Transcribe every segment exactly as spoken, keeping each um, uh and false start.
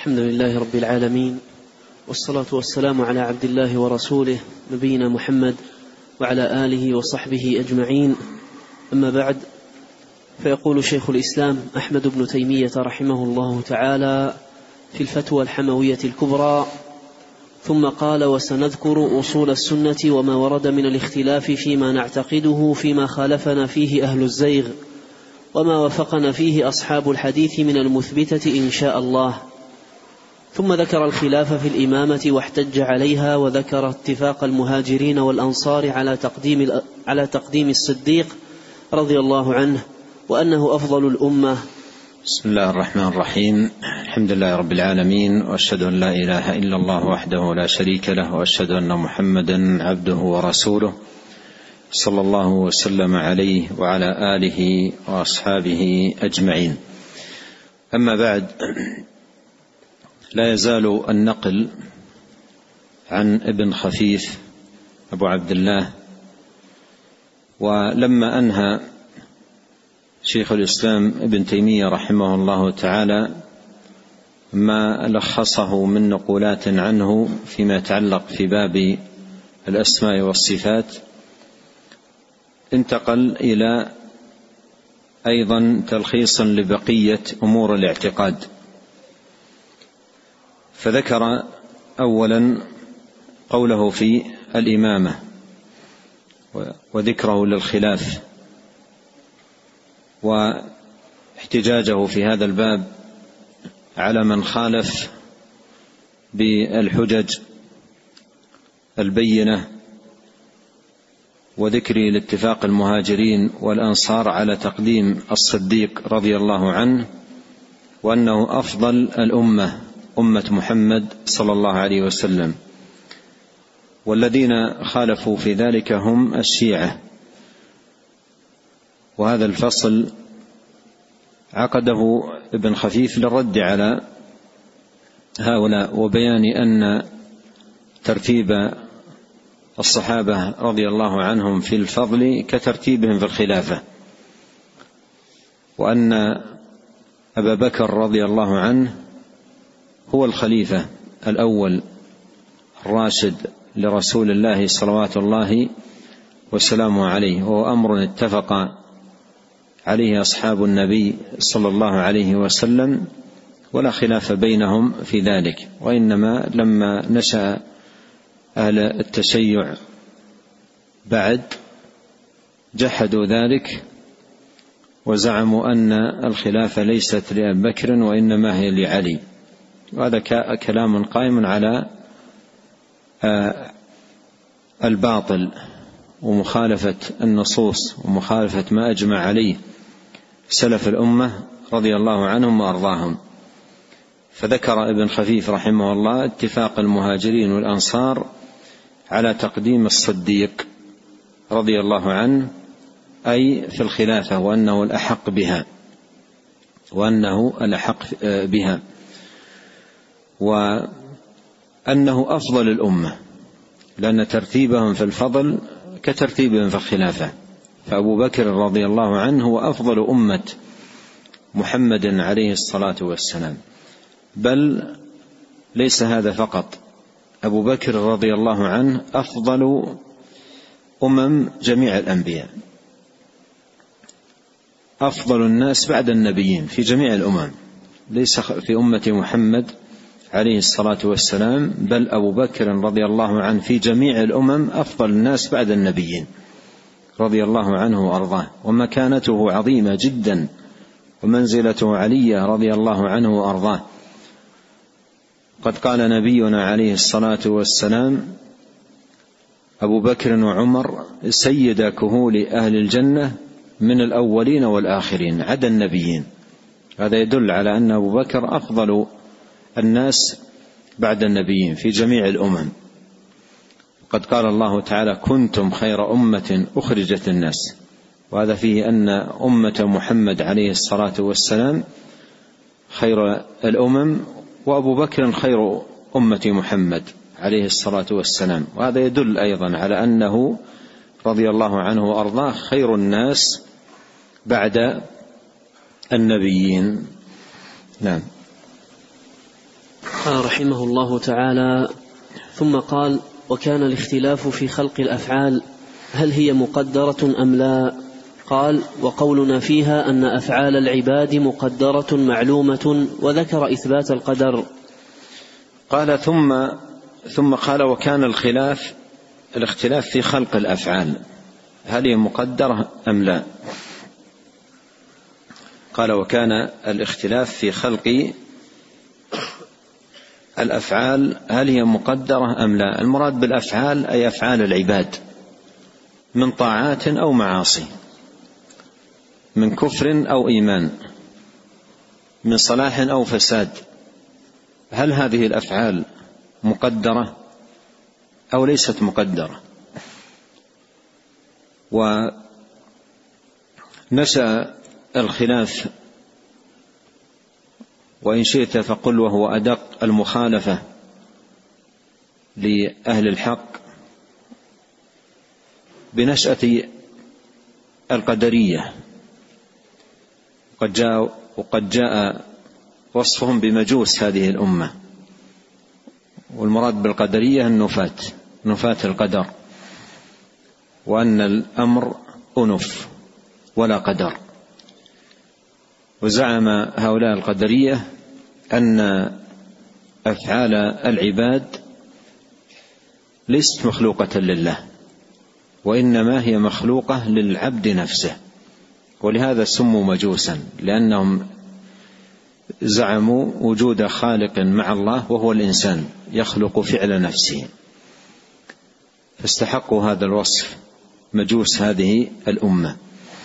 الحمد لله رب العالمين، والصلاة والسلام على عبد الله ورسوله نبينا محمد وعلى آله وصحبه أجمعين. أما بعد، فيقول شيخ الإسلام أحمد بن تيمية رحمه الله تعالى في الفتوى الحموية الكبرى: ثم قال: وسنذكر أصول السنة وما ورد من الاختلاف فيما نعتقده فيما خالفنا فيه أهل الزيغ، وما وفقنا فيه أصحاب الحديث من المثبتة إن شاء الله. ثم ذكر الخلاف في الإمامة واحتج عليها، وذكر اتفاق المهاجرين والأنصار على تقديم, على تقديم الصديق رضي الله عنه، وأنه أفضل الأمة. بسم الله الرحمن الرحيم. الحمد لله رب العالمين، وأشهد أن لا إله إلا الله وحده لا شريك له، وأشهد أن محمدا عبده ورسوله صلى الله وسلم عليه وعلى آله وأصحابه أجمعين. أما بعد، لا يزال النقل عن ابن خفيف أبو عبد الله. ولما أنهى شيخ الإسلام ابن تيمية رحمه الله تعالى ما لخصه من نقولات عنه فيما يتعلق في باب الأسماء والصفات، انتقل إلى أيضا تلخيص لبقية أمور الاعتقاد، فذكر أولا قوله في الإمامة وذكره للخلاف واحتجاجه في هذا الباب على من خالف بالحجج البينة، وذكر لاتفاق المهاجرين والأنصار على تقديم الصديق رضي الله عنه، وأنه أفضل الأمة أمة محمد صلى الله عليه وسلم. والذين خالفوا في ذلك هم الشيعة. وهذا الفصل عقده ابن خفيف للرد على هؤلاء، وبيان أن ترتيب الصحابة رضي الله عنهم في الفضل كترتيبهم في الخلافة، وأن أبا بكر رضي الله عنه هو الخليفة الأول الراشد لرسول الله صلوات الله وسلامه عليه، وهو أمر اتفق عليه أصحاب النبي صلى الله عليه وسلم، ولا خلاف بينهم في ذلك. وإنما لما نشأ أهل التشيع بعد جحدوا ذلك وزعموا أن الخلافة ليست لأبي بكر وإنما هي لعلي، وهذا كلام قائم على الباطل ومخالفة النصوص ومخالفة ما أجمع عليه سلف الأمة رضي الله عنهم وأرضاهم. فذكر ابن خفيف رحمه الله اتفاق المهاجرين والأنصار على تقديم الصديق رضي الله عنه، أي في الخلافة، وأنه الأحق بها وأنه الأحق بها وأنه أفضل الأمة، لأن ترتيبهم في الفضل كترتيبهم في الخلافة. فأبو بكر رضي الله عنه هو أفضل أمة محمد عليه الصلاة والسلام. بل ليس هذا فقط، أبو بكر رضي الله عنه أفضل أمم جميع الأنبياء، أفضل الناس بعد النبيين في جميع الأمم، ليس في أمة محمد عليه الصلاة والسلام، بل أبو بكر رضي الله عنه في جميع الأمم أفضل الناس بعد النبيين رضي الله عنه وأرضاه. ومكانته عظيمة جدا، ومنزلته علية رضي الله عنه وأرضاه. قد قال نبينا عليه الصلاة والسلام: أبو بكر وعمر سيدا كهول أهل الجنة من الأولين والآخرين عدا النبيين. هذا يدل على أن أبو بكر أفضل الناس بعد النبيين في جميع الأمم. قد قال الله تعالى: كنتم خير أمة أخرجت الناس، وهذا فيه أن أمة محمد عليه الصلاة والسلام خير الأمم، وأبو بكر خير أمة محمد عليه الصلاة والسلام. وهذا يدل أيضا على أنه رضي الله عنه وأرضاه خير الناس بعد النبيين. نعم. قال رحمه الله تعالى: ثم قال: وكان الاختلاف في خلق الأفعال هل هي مقدرة أم لا؟ قال: وقولنا فيها أن أفعال العباد مقدرة معلومة، وذكر إثبات القدر. قال ثم ثم قال: وكان الخلاف الاختلاف في خلق الأفعال هل هي مقدرة أم لا؟ قال: وكان الاختلاف في خلق الأفعال هل هي مقدرة أم لا؟ المراد بالأفعال أي أفعال العباد من طاعات أو معاصي، من كفر أو إيمان، من صلاح أو فساد. هل هذه الأفعال مقدرة أو ليست مقدرة؟ ونشأ الخلاف، وإن شئت فقل وهو أدق المخالفة لأهل الحق، بنشأة القدرية. قد جاء وقد جاء وصفهم بمجوس هذه الأمة، والمراد بالقدرية النفاة، نفاة القدر، وأن الأمر أنف ولا قدر. وزعم هؤلاء القدرية أن أفعال العباد ليست مخلوقة لله، وإنما هي مخلوقة للعبد نفسه، ولهذا سموا مجوسا، لأنهم زعموا وجود خالق مع الله وهو الإنسان يخلق فعل نفسه، فاستحقوا هذا الوصف، مجوس هذه الأمة.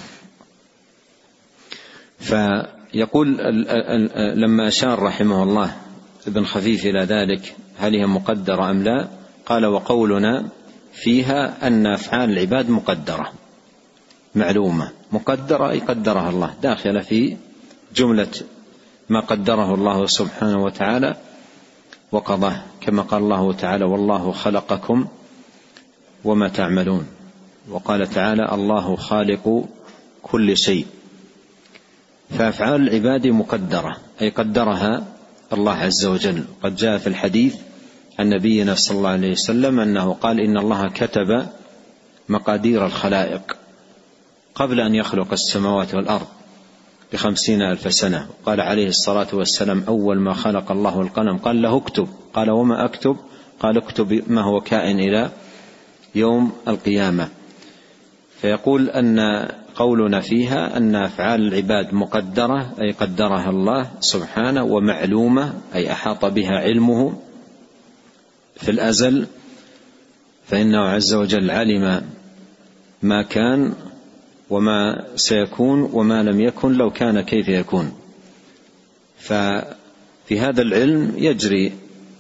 فيقول لما أشار رحمه الله ابن خفيف إلى ذلك هل هي مقدرة أم لا؟ قال: وقولنا فيها أن أفعال العباد مقدرة معلومة. مقدرة أي قدرها الله، داخلة في جملة ما قدره الله سبحانه وتعالى وقضاه، كما قال الله تعالى: والله خلقكم وما تعملون. وقال تعالى: الله خالق كل شيء. فأفعال العباد مقدرة أي قدرها الله عز وجل. قد جاء في الحديث عن نبينا صلى الله عليه وسلم أنه قال: إن الله كتب مقادير الخلائق قبل أن يخلق السماوات والأرض بخمسين ألف سنة. قال عليه الصلاة والسلام: أول ما خلق الله القلم قال له اكتب. قال: وما أكتب؟ قال: اكتب ما هو كائن إلى يوم القيامة. فيقول أن قولنا فيها أن أفعال العباد مقدرة أي قدرها الله سبحانه، ومعلومة أي أحاط بها علمه في الأزل، فإنه عز وجل علم ما كان وما سيكون وما لم يكن لو كان كيف يكون. ففي هذا العلم يجري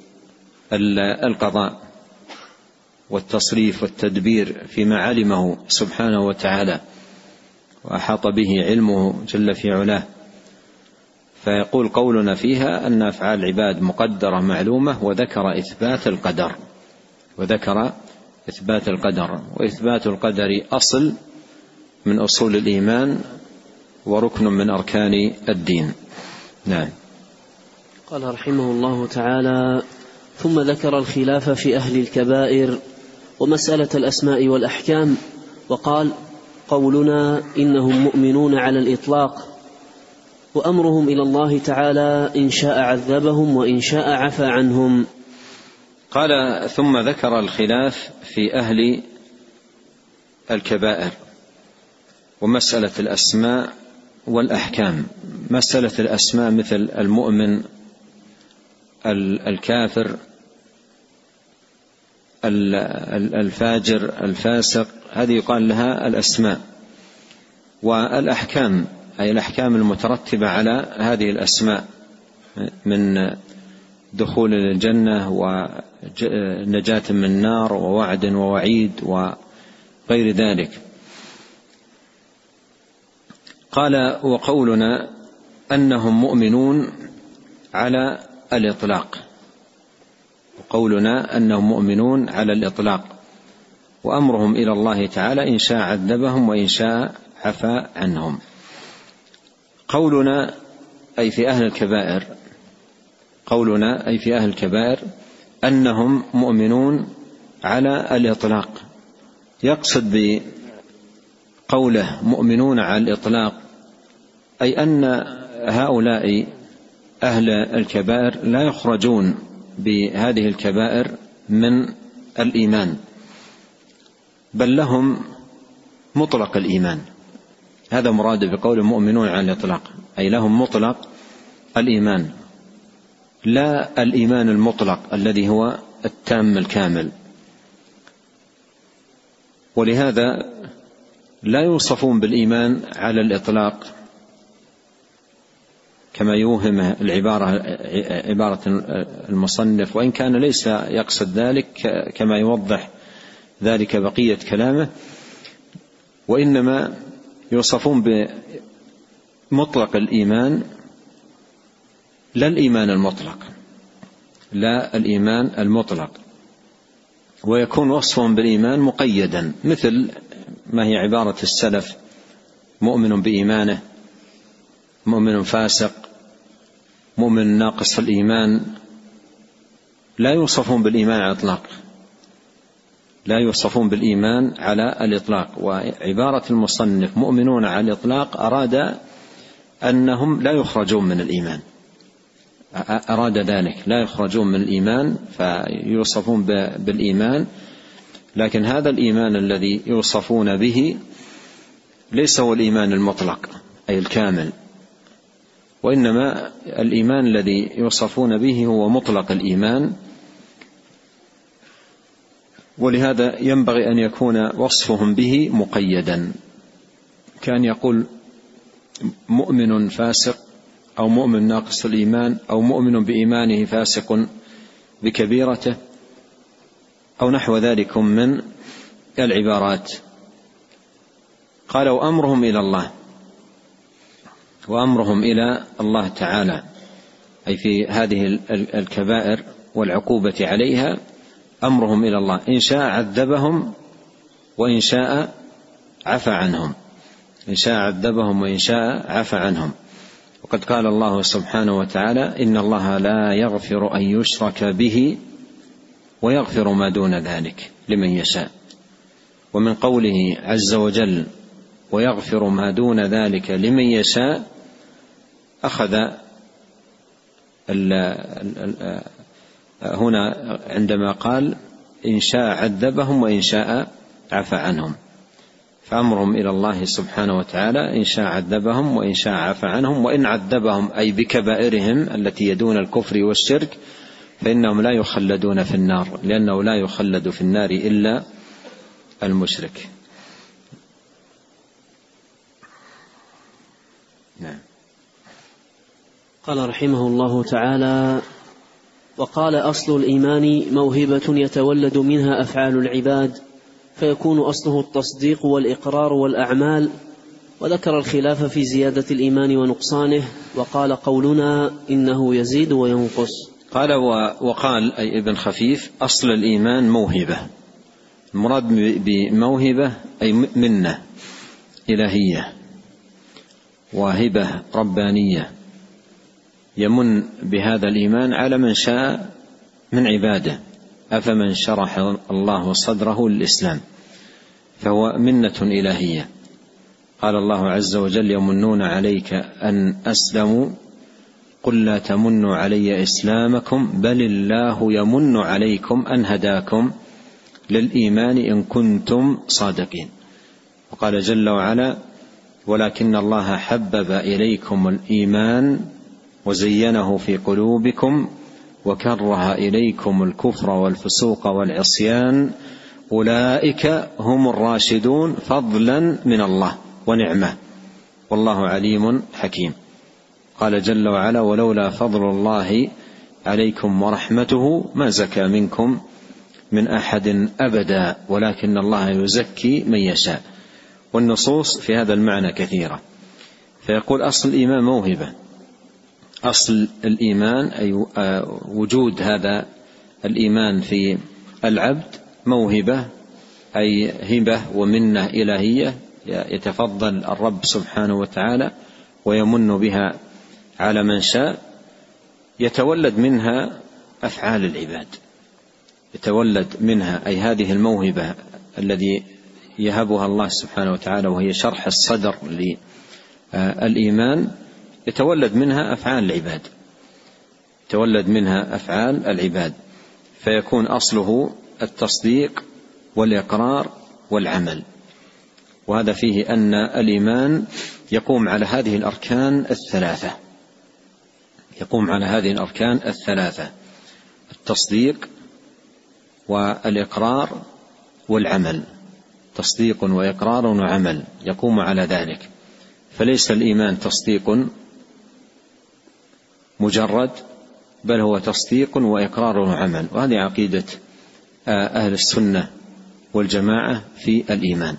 القضاء والتصريف والتدبير فيما علمه سبحانه وتعالى وأحاط به علمه جل في علاه. فيقول قولنا فيها أن أفعال العباد مقدرة معلومة، وذكر إثبات القدر وذكر إثبات القدر وإثبات القدر أصل من أصول الإيمان وركن من أركان الدين. نعم. قال رحمه الله تعالى: ثم ذكر الخلاف في أهل الكبائر ومسألة الأسماء والأحكام، وقال: قولنا إنهم مؤمنون على الإطلاق، وأمرهم إلى الله تعالى إن شاء عذبهم وإن شاء عفى عنهم. قال: ثم ذكر الخلاف في أهل الكبائر ومسألة الأسماء والأحكام. مسألة الأسماء مثل المؤمن، الكافر، الفاجر، الفاسق، هذه يقال لها الأسماء. والأحكام أي الأحكام المترتبة على هذه الأسماء من دخول الجنة ونجاة من النار ووعد ووعيد وغير ذلك. قال: وقولنا أنهم مؤمنون على الإطلاق. وقولنا أنهم مؤمنون على الإطلاق، وأمرهم إلى الله تعالى إن شاء عذبهم وإن شاء عفى عنهم. قولنا أي في أهل الكبائر قولنا أي في أهل الكبائر أنهم مؤمنون على الإطلاق. يقصد بقوله مؤمنون على الإطلاق أي أن هؤلاء أهل الكبائر لا يخرجون بهذه الكبائر من الإيمان، بل لهم مطلق الإيمان. هذا مراد بقول مؤمنون على الإطلاق، أي لهم مطلق الإيمان، لا الإيمان المطلق الذي هو التام الكامل. ولهذا لا يوصفون بالإيمان على الإطلاق كما يوهم العبارة عبارة المصنف، وإن كان ليس يقصد ذلك كما يوضح ذلك بقية كلامه، وإنما يوصفون بمطلق الإيمان لا الإيمان المطلق، لا الإيمان المطلق، ويكون وصفهم بالإيمان مقيدا، مثل ما هي عبارة السلف: مؤمن بإيمانه، مؤمن فاسق، مؤمن ناقص الإيمان. لا يوصفون بالإيمان على الإطلاق، لا يوصفون بالإيمان على الإطلاق. وعبارة المصنف مؤمنون على الإطلاق أراد أنهم لا يخرجون من الإيمان، أراد ذلك لا يخرجون من الإيمان فيوصفون بالإيمان، لكن هذا الإيمان الذي يوصفون به ليس هو الإيمان المطلق أي الكامل، وإنما الإيمان الذي يوصفون به هو مطلق الإيمان. ولهذا ينبغي أن يكون وصفهم به مقيدا، كان يقول مؤمن فاسق أو مؤمن ناقص الإيمان أو مؤمن بإيمانه فاسق بكبيرته أو نحو ذلك من العبارات. قال: وأمرهم إلى الله، وأمرهم إلى الله تعالى، أي في هذه الكبائر والعقوبة عليها أمرهم إلى الله، إن شاء عذبهم وإن شاء عفى عنهم، إن شاء عذبهم وإن شاء عفى عنهم. وقد قال الله سبحانه وتعالى: إن الله لا يغفر أن يشرك به ويغفر ما دون ذلك لمن يشاء. ومن قوله عز وجل: ويغفر ما دون ذلك لمن يشاء، أخذ ال ال هنا عندما قال إن شاء عذبهم وإن شاء عفى عنهم، فأمرهم إلى الله سبحانه وتعالى إن شاء عذبهم وإن شاء عفى عنهم. وإن عذبهم أي بكبائرهم التي يدون الكفر والشرك فإنهم لا يخلدون في النار، لأنه لا يخلد في النار إلا المشرك. نعم. قال رحمه الله تعالى: وقال: أصل الإيمان موهبة يتولد منها أفعال العباد، فيكون أصله التصديق والإقرار والأعمال. وذكر الخلاف في زيادة الإيمان ونقصانه، وقال: قولنا إنه يزيد وينقص. قال: وقال أي ابن خفيف: أصل الإيمان موهبة. المراد بموهبة أي منة إلهية وهبة ربانية، يمن بهذا الإيمان على من شاء من عباده، أفمن شرح الله صدره للإسلام، فهو منة إلهية. قال الله عز وجل: يمنون عليك أن أسلموا قل لا تمنوا علي إسلامكم بل الله يمن عليكم أن هداكم للإيمان إن كنتم صادقين. وقال جل وعلا: ولكن الله حبب إليكم الإيمان وزينه في قلوبكم وكره إليكم الكفر والفسوق والعصيان أولئك هم الراشدون فضلا من الله ونعمة والله عليم حكيم. قال جل وعلا: ولولا فضل الله عليكم ورحمته ما زكى منكم من أحد أبدا ولكن الله يزكي من يشاء. والنصوص في هذا المعنى كثيرة. فيقول: أصل الإيمان موهبة. أصل الإيمان أي وجود هذا الإيمان في العبد موهبة، أي هبة ومنة إلهية يتفضل الرب سبحانه وتعالى ويمن بها على من شاء. يتولد منها أفعال العباد، يتولد منها أي هذه الموهبة الذي يهبها الله سبحانه وتعالى وهي شرح الصدر للإيمان، يتولد منها أفعال العباد، يتولد منها أفعال العباد، فيكون أصله التصديق والإقرار والعمل. وهذا فيه أن الإيمان يقوم على هذه الأركان الثلاثة، يقوم على هذه الأركان الثلاثة: التصديق والإقرار والعمل، تصديق وإقرار وعمل يقوم على ذلك. فليس الإيمان تصديق مجرد، بل هو تصديق وإقرار وعمل. وهذه عقيدة أهل السنة والجماعة في الإيمان.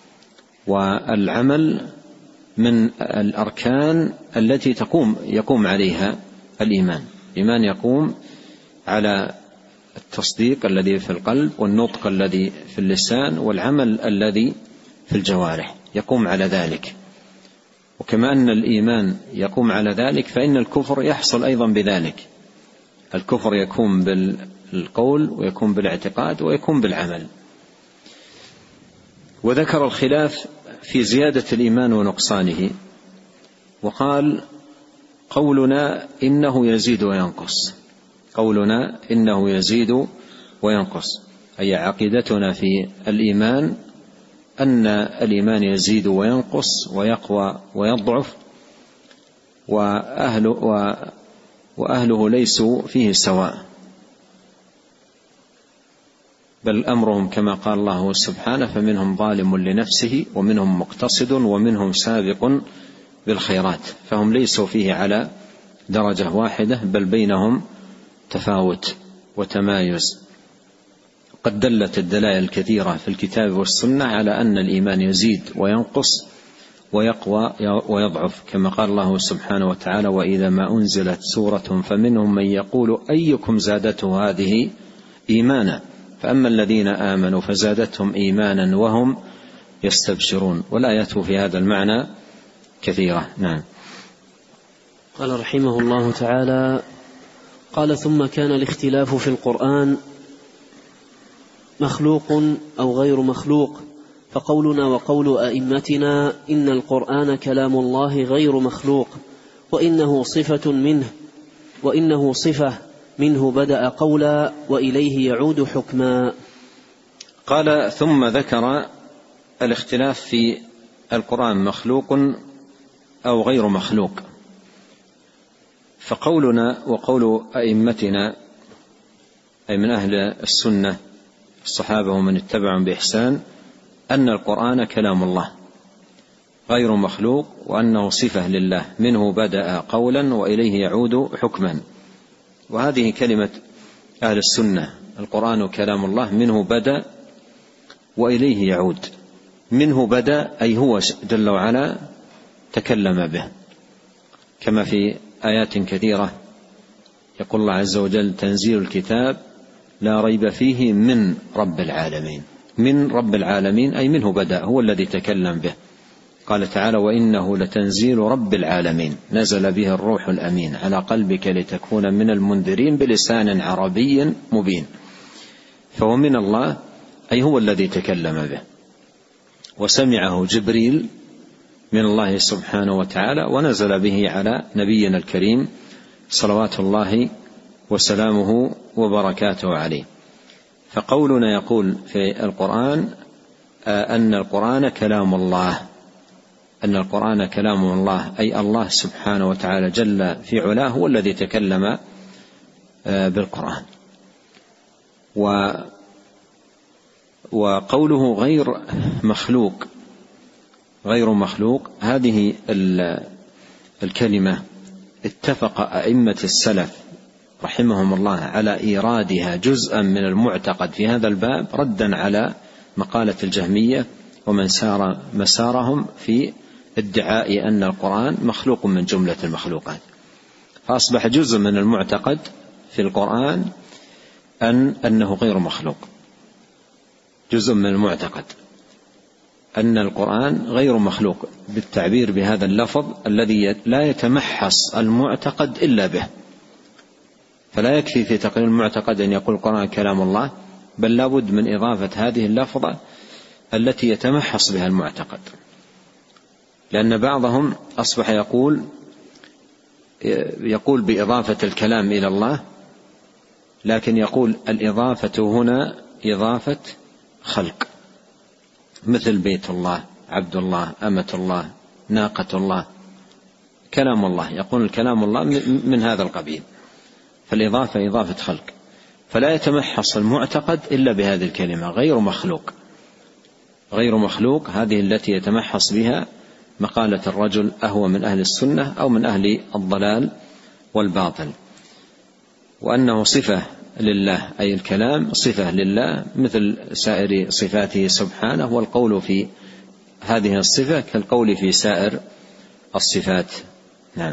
والعمل من الأركان التي تقوم يقوم عليها الإيمان. الإيمان يقوم على التصديق الذي في القلب، والنطق الذي في اللسان، والعمل الذي في الجوارح، يقوم على ذلك. وكما أن الإيمان يقوم على ذلك، فإن الكفر يحصل أيضا بذلك. الكفر يكون بالقول، ويكون بالاعتقاد، ويكون بالعمل. وذكر الخلاف في زيادة الإيمان ونقصانه، وقال: قولنا إنه يزيد وينقص، قولنا إنه يزيد وينقص، أي عقيدتنا في الإيمان أن الإيمان يزيد وينقص ويقوى ويضعف، وأهله, وأهله ليسوا فيه سواء، بل أمرهم كما قال الله سبحانه: فمنهم ظالم لنفسه ومنهم مقتصد ومنهم سابق بالخيرات. فهم ليسوا فيه على درجة واحدة، بل بينهم تفاوت وتمايز. قد دلت الدلائل الكثيرة في الكتاب والسنة على أن الإيمان يزيد وينقص ويقوى ويضعف، كما قال الله سبحانه وتعالى: وإذا ما أنزلت سورة فمنهم من يقول أيكم زادته هذه إيمانا، فأما الذين آمنوا فزادتهم إيمانا وهم يستبشرون. والآيات في هذا المعنى كثيرة. نعم. قال رحمه الله تعالى: قال: ثم كان الاختلاف في القرآن مخلوق أو غير مخلوق، فقولنا وقول أئمتنا إن القرآن كلام الله غير مخلوق، وإنه صفة منه وإنه صفة منه بدأ قولا وإليه يعود حكما. قال: ثم ذكر الاختلاف في القرآن مخلوق أو غير مخلوق، فقولنا وقول أئمتنا أي من أهل السنة الصحابة ومن اتبعهم بإحسان أن القرآن كلام الله غير مخلوق، وأنه صفة لله منه بدأ قولا وإليه يعود حكما. وهذه كلمة أهل السنة: القرآن كلام الله منه بدأ وإليه يعود. منه بدأ أي هو جل وعلا تكلم به، كما في آيات كثيرة يقول الله عز وجل: تنزيل الكتاب لا ريب فيه من رب العالمين. من رب العالمين أي منه بدأ، هو الذي تكلم به. قال تعالى: وإنه لتنزيل رب العالمين نزل به الروح الأمين على قلبك لتكون من المنذرين بلسان عربي مبين. فهو من الله أي هو الذي تكلم به، وسمعه جبريل من الله سبحانه وتعالى، ونزل به على نبينا الكريم صلوات الله وسلامه وبركاته عليه. فقولنا يقول في القرآن أن القرآن كلام الله، أن القرآن كلام الله أي الله سبحانه وتعالى جل في علاه هو الذي تكلم بالقرآن. وقوله غير مخلوق غير مخلوق هذه الكلمة اتفق أئمة السلف رحمهم الله على إيرادها جزءا من المعتقد في هذا الباب، ردا على مقالة الجهمية ومن سار مسارهم في ادعاء أن القرآن مخلوق من جملة المخلوقات. فأصبح جزء من المعتقد في القرآن أن أنه غير مخلوق، جزء من المعتقد أن القرآن غير مخلوق بالتعبير بهذا اللفظ الذي لا يتمحص المعتقد إلا به، فلا يكفي في تقرير المعتقد أن يقول القرآن كلام الله، بل لا بد من إضافة هذه اللفظة التي يتمحص بها المعتقد، لأن بعضهم أصبح يقول يقول بإضافة الكلام إلى الله، لكن يقول الإضافة هنا إضافة خلق، مثل بيت الله، عبد الله، أمة الله، ناقة الله، كلام الله، يقول الكلام الله من هذا القبيل، فالإضافة إضافة خلق، فلا يتمحص المعتقد إلا بهذه الكلمة، غير مخلوق، غير مخلوق، هذه التي يتمحص بها مقالة الرجل أهو من أهل السنة أو من أهل الضلال والباطل، وأنه صفة لله، أي الكلام صفة لله مثل سائر صفاته سبحانه، والقول في هذه الصفة كالقول في سائر الصفات. نعم.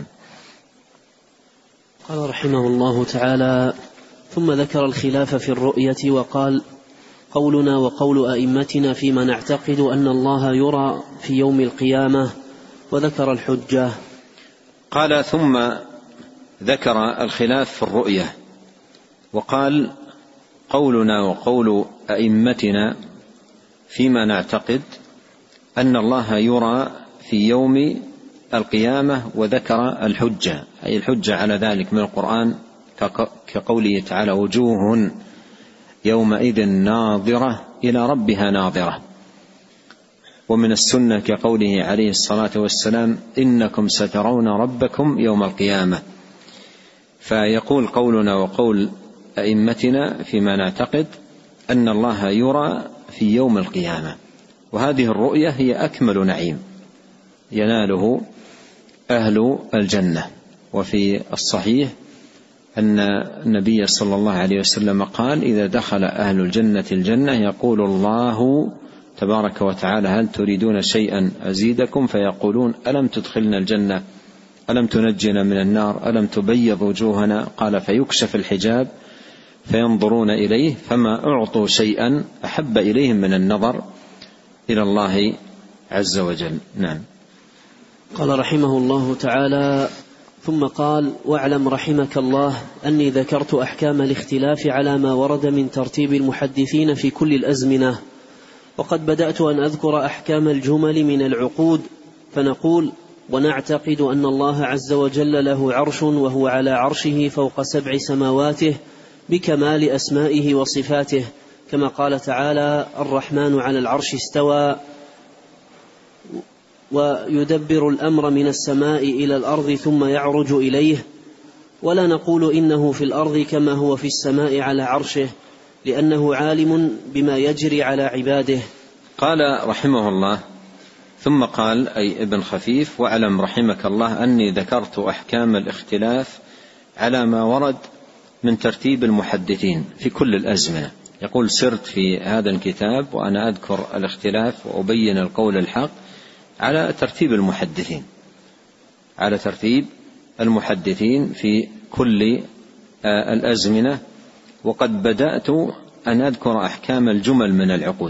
قال رحمه الله تعالى: ثم ذكر الخلاف في الرؤية وقال: قولنا وقول أئمتنا فيما نعتقد أن الله يرى في يوم القيامة، وذكر الحجة. قال: ثم ذكر الخلاف في الرؤية وقال: قولنا وقول أئمتنا فيما نعتقد أن الله يرى في يوم القيامة، وذكر الحجة، أي الحجة على ذلك من القرآن، كقوله تعالى: وجوه يومئذ ناظرة إلى ربها ناظرة، ومن السنة كقوله عليه الصلاة والسلام: إنكم سترون ربكم يوم القيامة. فيقول قولنا وقول أئمتنا فيما نعتقد أن الله يرى في يوم القيامة، وهذه الرؤية هي أكمل نعيم يناله أهل الجنة. وفي الصحيح أن النبي صلى الله عليه وسلم قال: إذا دخل أهل الجنة الجنة يقول الله تبارك وتعالى: هل تريدون شيئا أزيدكم؟ فيقولون: ألم تدخلنا الجنة؟ ألم تنجنا من النار؟ ألم تبيض وجوهنا؟ قال: فيكشف الحجاب فينظرون إليه فما أعطوا شيئا أحب إليهم من النظر إلى الله عز وجل. نعم. قال رحمه الله تعالى: ثم قال: واعلم رحمك الله أني ذكرت أحكام الاختلاف على ما ورد من ترتيب المحدثين في كل الأزمنة، وقد بدأت أن أذكر أحكام الجمل من العقود، فنقول: ونعتقد أن الله عز وجل له عرش، وهو على عرشه فوق سبع سماواته بكمال أسمائه وصفاته، كما قال تعالى: الرحمن على العرش استوى، ويدبر الأمر من السماء إلى الأرض ثم يعرج إليه. ولا نقول إنه في الأرض كما هو في السماء على عرشه، لأنه عالم بما يجري على عباده. قال رحمه الله: ثم قال أي ابن خفيف: واعلم رحمك الله أني ذكرت أحكام الاختلاف على ما ورد من ترتيب المحدثين في كل الأزمنة. يقول: سرت في هذا الكتاب وأنا أذكر الاختلاف وأبين القول الحق على ترتيب المحدثين، على ترتيب المحدثين في كل الأزمنة، وقد بدأت أن أذكر أحكام الجمل من العقود،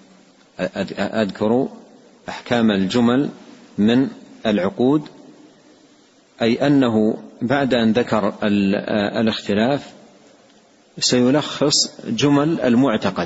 أذكر أحكام الجمل من العقود، أي أنه بعد أن ذكر الاختلاف سيلخص جمل المعتقد،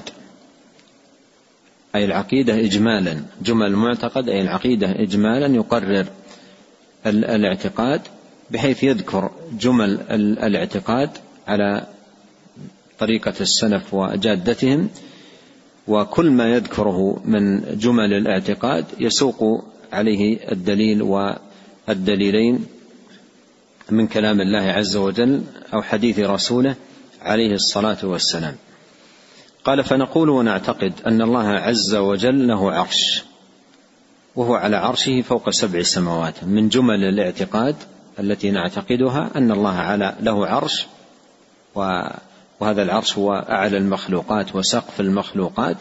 أي العقيدة إجمالا، جمل المعتقد أي العقيدة إجمالا، يقرر الاعتقاد بحيث يذكر جمل الاعتقاد على طريقة السلف وجادتهم، وكل ما يذكره من جمل الاعتقاد يسوق عليه الدليل والدليلين من كلام الله عز وجل أو حديث رسوله عليه الصلاة والسلام. قال: فنقول ونعتقد أن الله عز وجل له عرش، وهو على عرشه فوق سبع سماوات. من جمل الاعتقاد التي نعتقدها أن الله على له عرش، وهذا العرش هو أعلى المخلوقات وسقف المخلوقات،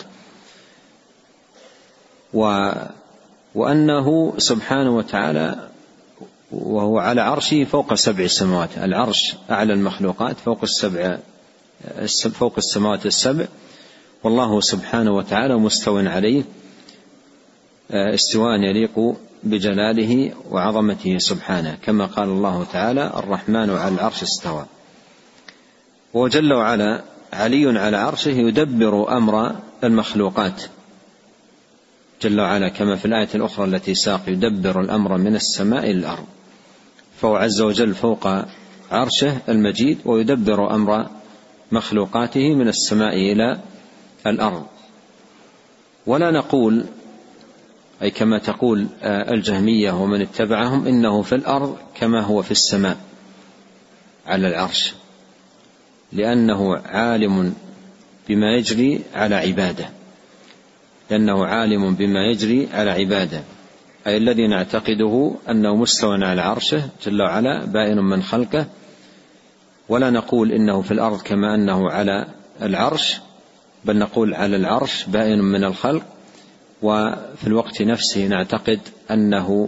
وأنه سبحانه وتعالى وهو على عرشه فوق سبع سماوات. العرش أعلى المخلوقات فوق السبع فوق السماوات السبع، والله سبحانه وتعالى مستو عليه استواء يليق بجلاله وعظمته سبحانه، كما قال الله تعالى: الرحمن على العرش استوى. وجل وعلا علي على عرشه يدبر أمر المخلوقات جل وعلا، كما في الآية الأخرى التي ساق يدبر الأمر من السماء إلى الأرض، فهو عز وجل فوق عرشه المجيد ويدبر أمر مخلوقاته من السماء إلى الأرض. ولا نقول أي كما تقول الجهمية ومن اتبعهم إنه في الأرض كما هو في السماء على العرش، لأنه عالم بما يجري على عباده لأنه عالم بما يجري على عباده أي الذي نعتقده أنه مستوى على عرشه جل وعلا بائن من خلقه. ولا نقول إنه في الأرض كما أنه على العرش، بل نقول على العرش بائن من الخلق، وفي الوقت نفسه نعتقد أنه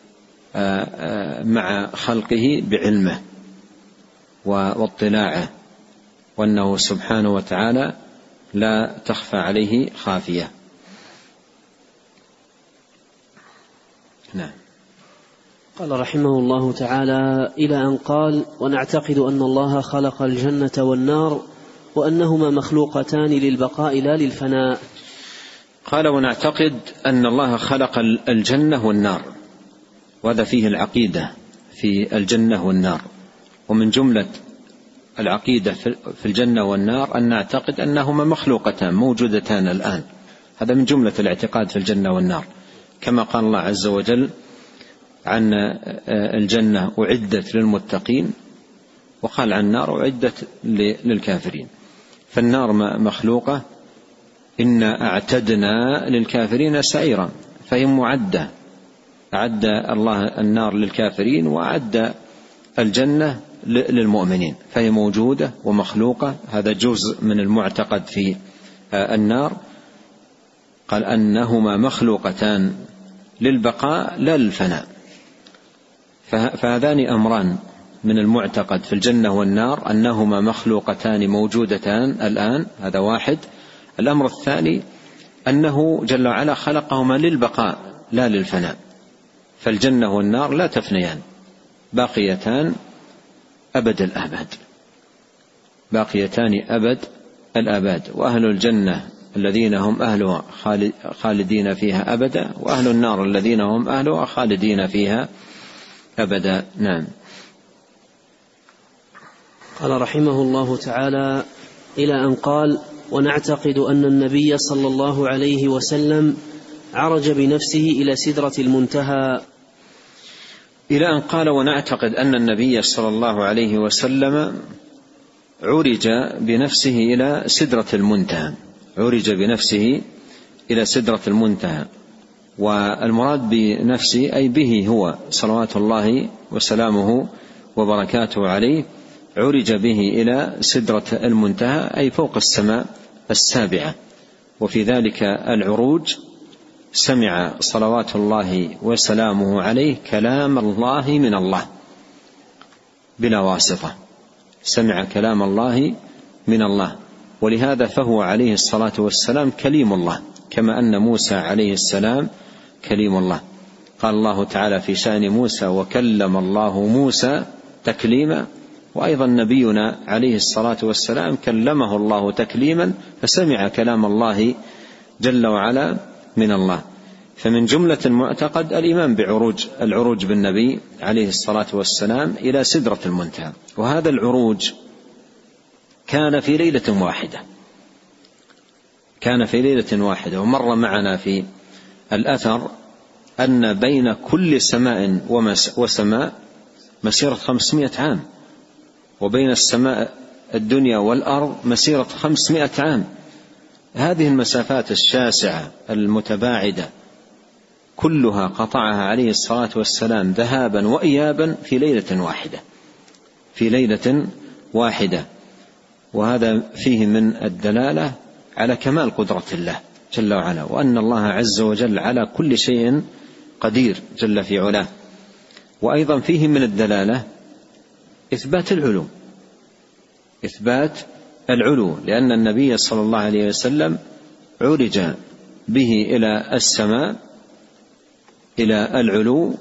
مع خلقه بعلمه واطلاعه، وأنه سبحانه وتعالى لا تخفى عليه خافية. نعم. قال رحمه الله تعالى إلى أن قال: ونعتقد أن الله خلق الجنة والنار وأنهما مخلوقتان للبقاء لا للفناء. قال: ونعتقد أن الله خلق الجنة والنار، وهذا فيه العقيدة في الجنة والنار. ومن جملة العقيدة في الجنة والنار أن نعتقد أنهما مخلوقتان موجودتان الآن، هذا من جملة الاعتقاد في الجنة والنار، كما قال الله عز وجل عن الجنة أعدت للمتقين، وقال عن النار أعدت للكافرين. فالنار مخلوقة، إنا أعتدنا للكافرين سعيرا، فهي معدة، أعد الله النار للكافرين وأعد الجنة للمؤمنين، فهي موجودة ومخلوقة. هذا جزء من المعتقد في النار. قال أنهما مخلوقتان للبقاء لا للفناء، فهذان أمران من المعتقد في الجنة والنار، أنهما مخلوقتان موجودتان الآن، هذا واحد. الأمر الثاني أنه جل وعلا خلقهما للبقاء لا للفناء، فالجنة والنار لا تفنيان، باقيتان أبد الآباد، باقيتان أبد الآباد. وأهل الجنة الذين هم أهلها خالدين فيها أبدا، وأهل النار الذين هم أهلها خالدين فيها أبدا. نعم. قال رحمه الله تعالى إلى أن قال: ونعتقد أن النبي صلى الله عليه وسلم عرج بنفسه إلى سدرة المنتهى. إلى أن قال: ونعتقد أن النبي صلى الله عليه وسلم عرج بنفسه إلى سدرة المنتهى، عرج بنفسه إلى سدرة المنتهى. والمراد بنفسه أي به هو صلوات الله وسلامه وبركاته عليه، عرج به إلى سدرة المنتهى أي فوق السماء السابعة. وفي ذلك العروج سمع صلوات الله وسلامه عليه كلام الله من الله بلا واسطة، سمع كلام الله من الله. ولهذا فهو عليه الصلاة والسلام كليم الله، كما أن موسى عليه السلام كليم الله. قال الله تعالى في شأن موسى: وكلم الله موسى تكليما. وأيضا نبينا عليه الصلاة والسلام كلمه الله تكليما، فسمع كلام الله جل وعلا من الله. فمن جملة المعتقد الإيمان بعروج العروج بالنبي عليه الصلاة والسلام إلى سدرة المنتهى. وهذا العروج كان في ليلة واحدة، كان في ليلة واحدة. ومر معنا في الأثر أن بين كل سماء وسماء مسيرة خمسمائة عام، وبين السماء الدنيا والأرض مسيرة خمسمائة عام. هذه المسافات الشاسعة المتباعدة كلها قطعها عليه الصلاة والسلام ذهابا وإيابا في ليلة واحدة، في ليلة واحدة. وهذا فيه من الدلالة على كمال قدرة الله جل وعلا، وأن الله عز وجل على كل شيء قدير جل في علاه. وأيضا فيه من الدلالة إثبات العلو، إثبات العلو، لأن النبي صلى الله عليه وسلم عرج به إلى السماء إلى العلو،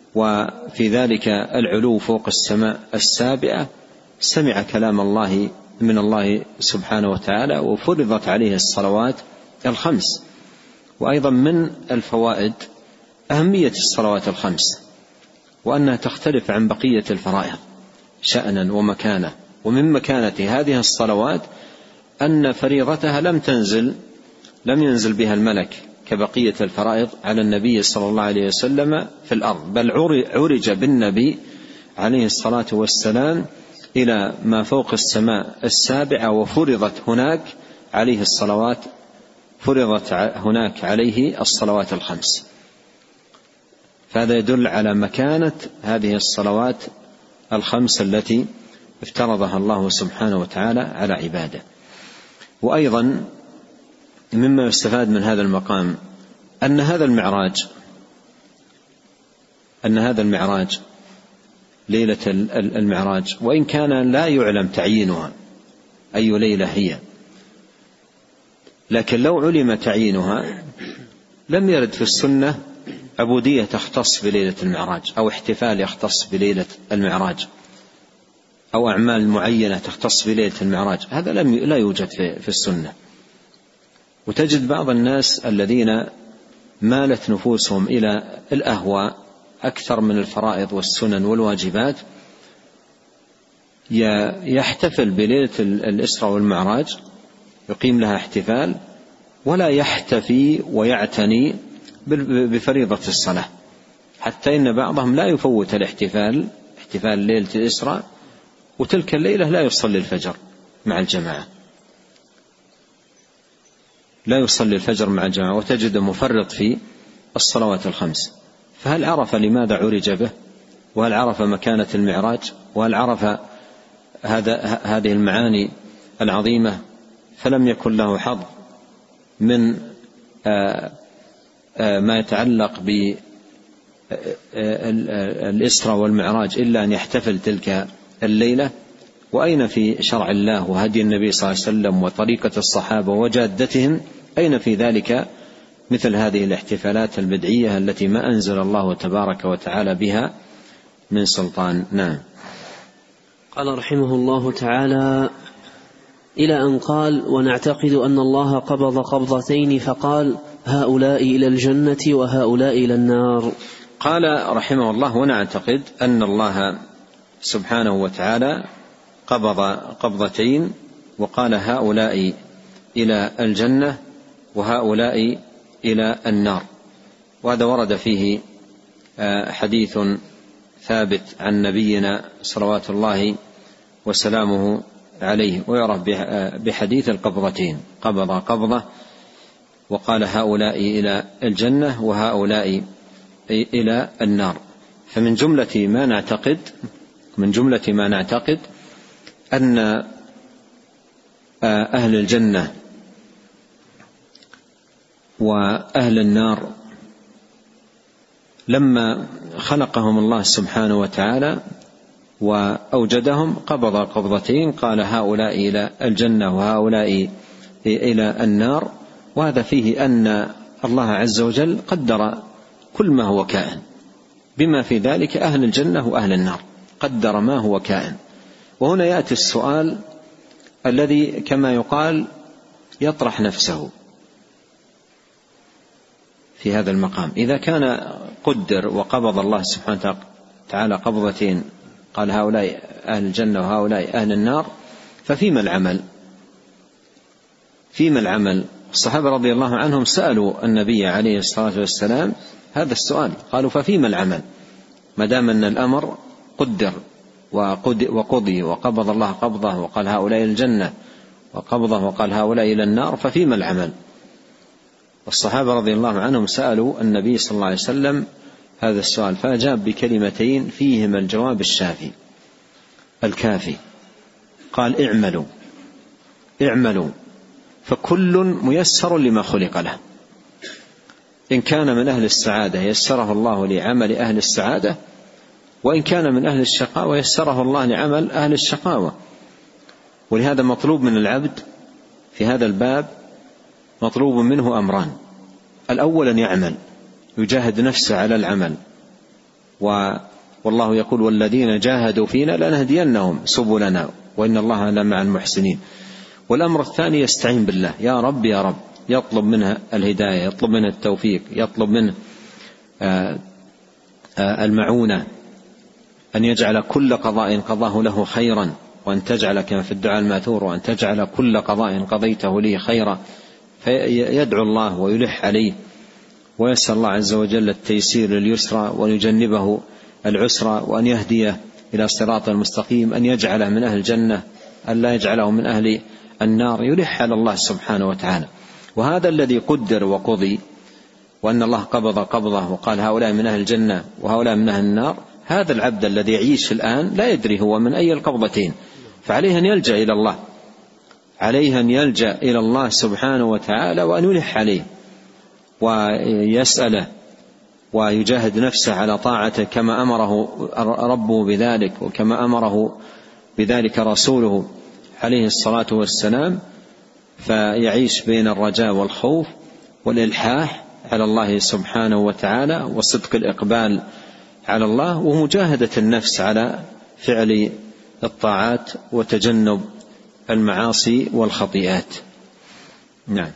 وفي ذلك العلو فوق السماء السابعة سمع كلام الله من الله سبحانه وتعالى، وفرضت عليه الصلوات الخمس. وأيضا من الفوائد أهمية الصلوات الخمس، وأنها تختلف عن بقية الفرائض شأنا ومكانة. ومن مكانة هذه الصلوات أن فريضتها لم تنزل لم ينزل بها الملك كبقية الفرائض على النبي صلى الله عليه وسلم في الأرض، بل عرج بالنبي عليه الصلاة والسلام إلى ما فوق السماء السابعة، وفرضت هناك عليه الصلوات فرضت هناك عليه الصلوات الخمس. فهذا يدل على مكانة هذه الصلوات الخمس التي افترضها الله سبحانه وتعالى على عباده. وأيضا مما يستفاد من هذا المقام أن هذا المعراج أن هذا المعراج ليلة المعراج، وإن كان لا يعلم تعيينها أي ليلة هي، لكن لو علم تعيينها لم يرد في السنة عبودية تختص بليلة المعراج، أو احتفال يختص بليلة المعراج، أو أعمال معينة تختص بليلة المعراج. هذا لم لا يوجد في السنة. وتجد بعض الناس الذين مالت نفوسهم إلى الأهواء أكثر من الفرائض والسنن والواجبات يحتفل بليلة الإسراء والمعراج، يقيم لها احتفال، ولا يحتفي ويعتني بفريضة الصلاة، حتى إن بعضهم لا يفوت الاحتفال احتفال ليلة الإسراء، وتلك الليلة لا يصلي الفجر مع الجماعة لا يصلي الفجر مع الجماعة وتجد مفرط في الصلوات الخمس. فهل عرف لماذا عرج به؟ وهل عرف مكانة المعراج؟ وهل عرف هذا هذه المعاني العظيمة؟ فلم يكن له حظ من ما يتعلق بالإسراء والمعراج إلا أن يحتفل تلك الليلة. وأين في شرع الله وهدي النبي صلى الله عليه وسلم وطريقة الصحابة وجادتهم أين في ذلك مثل هذه الاحتفالات البدعية التي ما أنزل الله تبارك وتعالى بها من سلطان؟ نعم. قال رحمه الله تعالى: إلى أن قال: ونعتقد أن الله قبض قبضتين فقال: هؤلاء إلى الجنة وهؤلاء إلى النار. قال رحمه الله: ونعتقد أن الله سبحانه وتعالى قبض قبضتين، وقال: هؤلاء إلى الجنة وهؤلاء إلى النار. وهذا ورد فيه حديث ثابت عن نبينا صلوات الله وسلامه عليه، ويعرف بحديث القبضتين، قبض قبضة وقال: هؤلاء إلى الجنة وهؤلاء إلى النار. فمن جملة ما نعتقد من جملة ما نعتقد أن أهل الجنة وأهل النار لما خلقهم الله سبحانه وتعالى وأوجدهم قبض قبضتين، قال: هؤلاء إلى الجنة وهؤلاء إلى النار. وهذا فيه أن الله عز وجل قدر كل ما هو كائن، بما في ذلك أهل الجنة وأهل النار، قدر ما هو كائن. وهنا يأتي السؤال الذي كما يقال يطرح نفسه في هذا المقام: إذا كان قدر وقبض الله سبحانه وتعالى قبضتين، قال: هؤلاء أهل الجنة وهؤلاء أهل النار، ففيما العمل؟ فيما العمل؟ الصحابة رضي الله عنهم سألوا النبي عليه الصلاة والسلام هذا السؤال، قالوا: ففيما العمل؟ ما دام أن الأمر قدر وقضي وقبض الله قبضه وقال: هؤلاء إلى الجنة، وقبضه وقال: هؤلاء إلى النار، ففيما العمل؟ والصحابة رضي الله عنهم سألوا النبي صلى الله عليه وسلم هذا السؤال، فأجاب بكلمتين فيهما الجواب الشافي الكافي. قال: اعملوا اعملوا فكل ميسر لما خلق له. إن كان من أهل السعادة يسره الله لعمل أهل السعادة، وإن كان من أهل الشقاوة يسره الله لعمل أهل الشقاوة. ولهذا مطلوب من العبد في هذا الباب، مطلوب منه أمران: الأول أن يعمل، يجاهد نفسه على العمل والله يقول والذين جاهدوا فينا لنهدينهم سبلنا وإن الله لمع المحسنين. والأمر الثاني يستعين بالله، يا رب يا رب، يطلب منه الهداية، يطلب منه التوفيق، يطلب منه المعونة، أن يجعل كل قضاء قضاه له خيرا، وأن تجعل كما في الدعاء الماثور وأن تجعل كل قضاء قضيته لي خيرا. فيدعو الله ويلح عليه ويسأل الله عز وجل التيسير لليسرى ويجنبه العسرى، وأن يهديه إلى صراط المستقيم، أن يجعله من أهل الجنة، أن لا يجعله من أهل النار، يلح على الله سبحانه وتعالى. وهذا الذي قدر وقضي، وأن الله قبض قبضه وقال هؤلاء من أهل الجنة وهؤلاء من أهل النار، هذا العبد الذي يعيش الآن لا يدري هو من أي القبضتين، فعليه أن يلجأ إلى الله، عليه أن يلجأ إلى الله سبحانه وتعالى وأن يلح عليه ويسأله ويجاهد نفسه على طاعته كما أمره ربه بذلك وكما أمره بذلك رسوله عليه الصلاة والسلام، فيعيش بين الرجاء والخوف والإلحاح على الله سبحانه وتعالى وصدق الإقبال على الله ومجاهدة النفس على فعل الطاعات وتجنب المعاصي والخطيئات. نعم.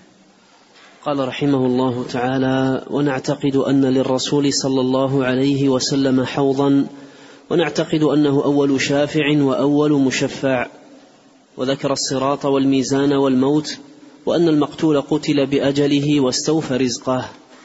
قال رحمه الله تعالى: ونعتقد أن للرسول صلى الله عليه وسلم حوضا، ونعتقد أنه أول شافع وأول مشفع، وذكر الصراط والميزان والموت، وأن المقتول قتل بأجله واستوفى رزقه.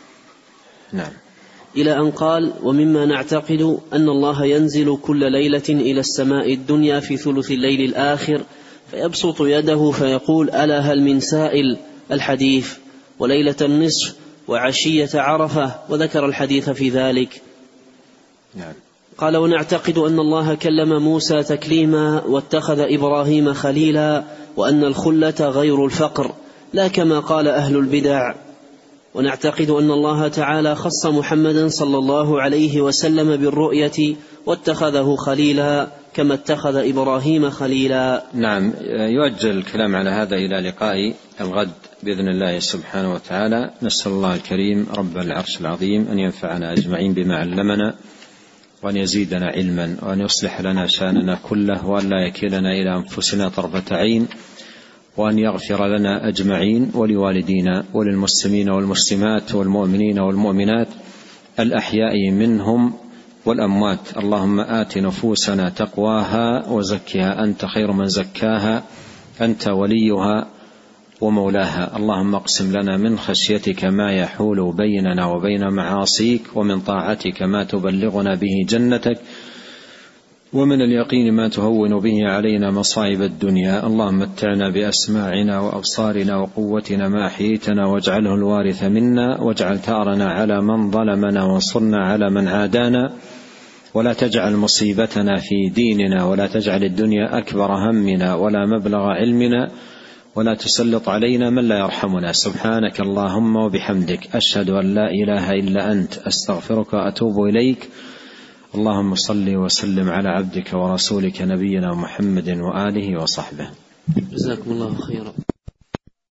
نعم. إلى أن قال: ومما نعتقد أن الله ينزل كل ليلة إلى السماء الدنيا في ثلث الليل الآخر فيبسط يده فيقول: ألا هل من سائل؟ الحديث. وليلة النصف وعشية عرفة، وذكر الحديث في ذلك. نعم. قال: ونعتقد أن الله كلم موسى تكليما واتخذ إبراهيم خليلا، وأن الخلة غير الفقر، لا كما قال أهل البدع. ونعتقد أن الله تعالى خص محمدا صلى الله عليه وسلم بالرؤية واتخذه خليلا كما اتخذ إبراهيم خليلا. نعم. يؤجل الكلام على هذا إلى لقاء الغد بإذن الله سبحانه وتعالى. نسأل الله الكريم رب العرش العظيم أن ينفعنا أجمعين بما علمنا، وأن يزيدنا علما، وأن يصلح لنا شأننا كله، وأن لا يكلنا إلى أنفسنا طرفة عين، وأن يغفر لنا أجمعين ولوالدينا وللمسلمين والمسلمات والمؤمنين والمؤمنات الأحياء منهم والأموات. اللهم آت نفوسنا تقواها وزكها أنت خير من زكاها، أنت وليها ومولاها. اللهم اقسم لنا من خشيتك ما يحول بيننا وبين معاصيك، ومن طاعتك ما تبلغنا به جنتك، ومن اليقين ما تهون به علينا مصائب الدنيا. اللهم متعنا بأسماعنا وأبصارنا وقوتنا ما أحييتنا، واجعله الوارث منا، واجعل ثأرنا على من ظلمنا، وانصرنا على من عادانا، ولا تجعل مصيبتنا في ديننا، ولا تجعل الدنيا أكبر همنا ولا مبلغ علمنا، ولا تسلط علينا من لا يرحمنا. سبحانك اللهم وبحمدك، أشهد أن لا إله إلا أنت، أستغفرك وأتوب إليك. اللهم صل وسلم على عبدك ورسولك نبينا محمد وآله وصحبه. جزاكم الله خيرا.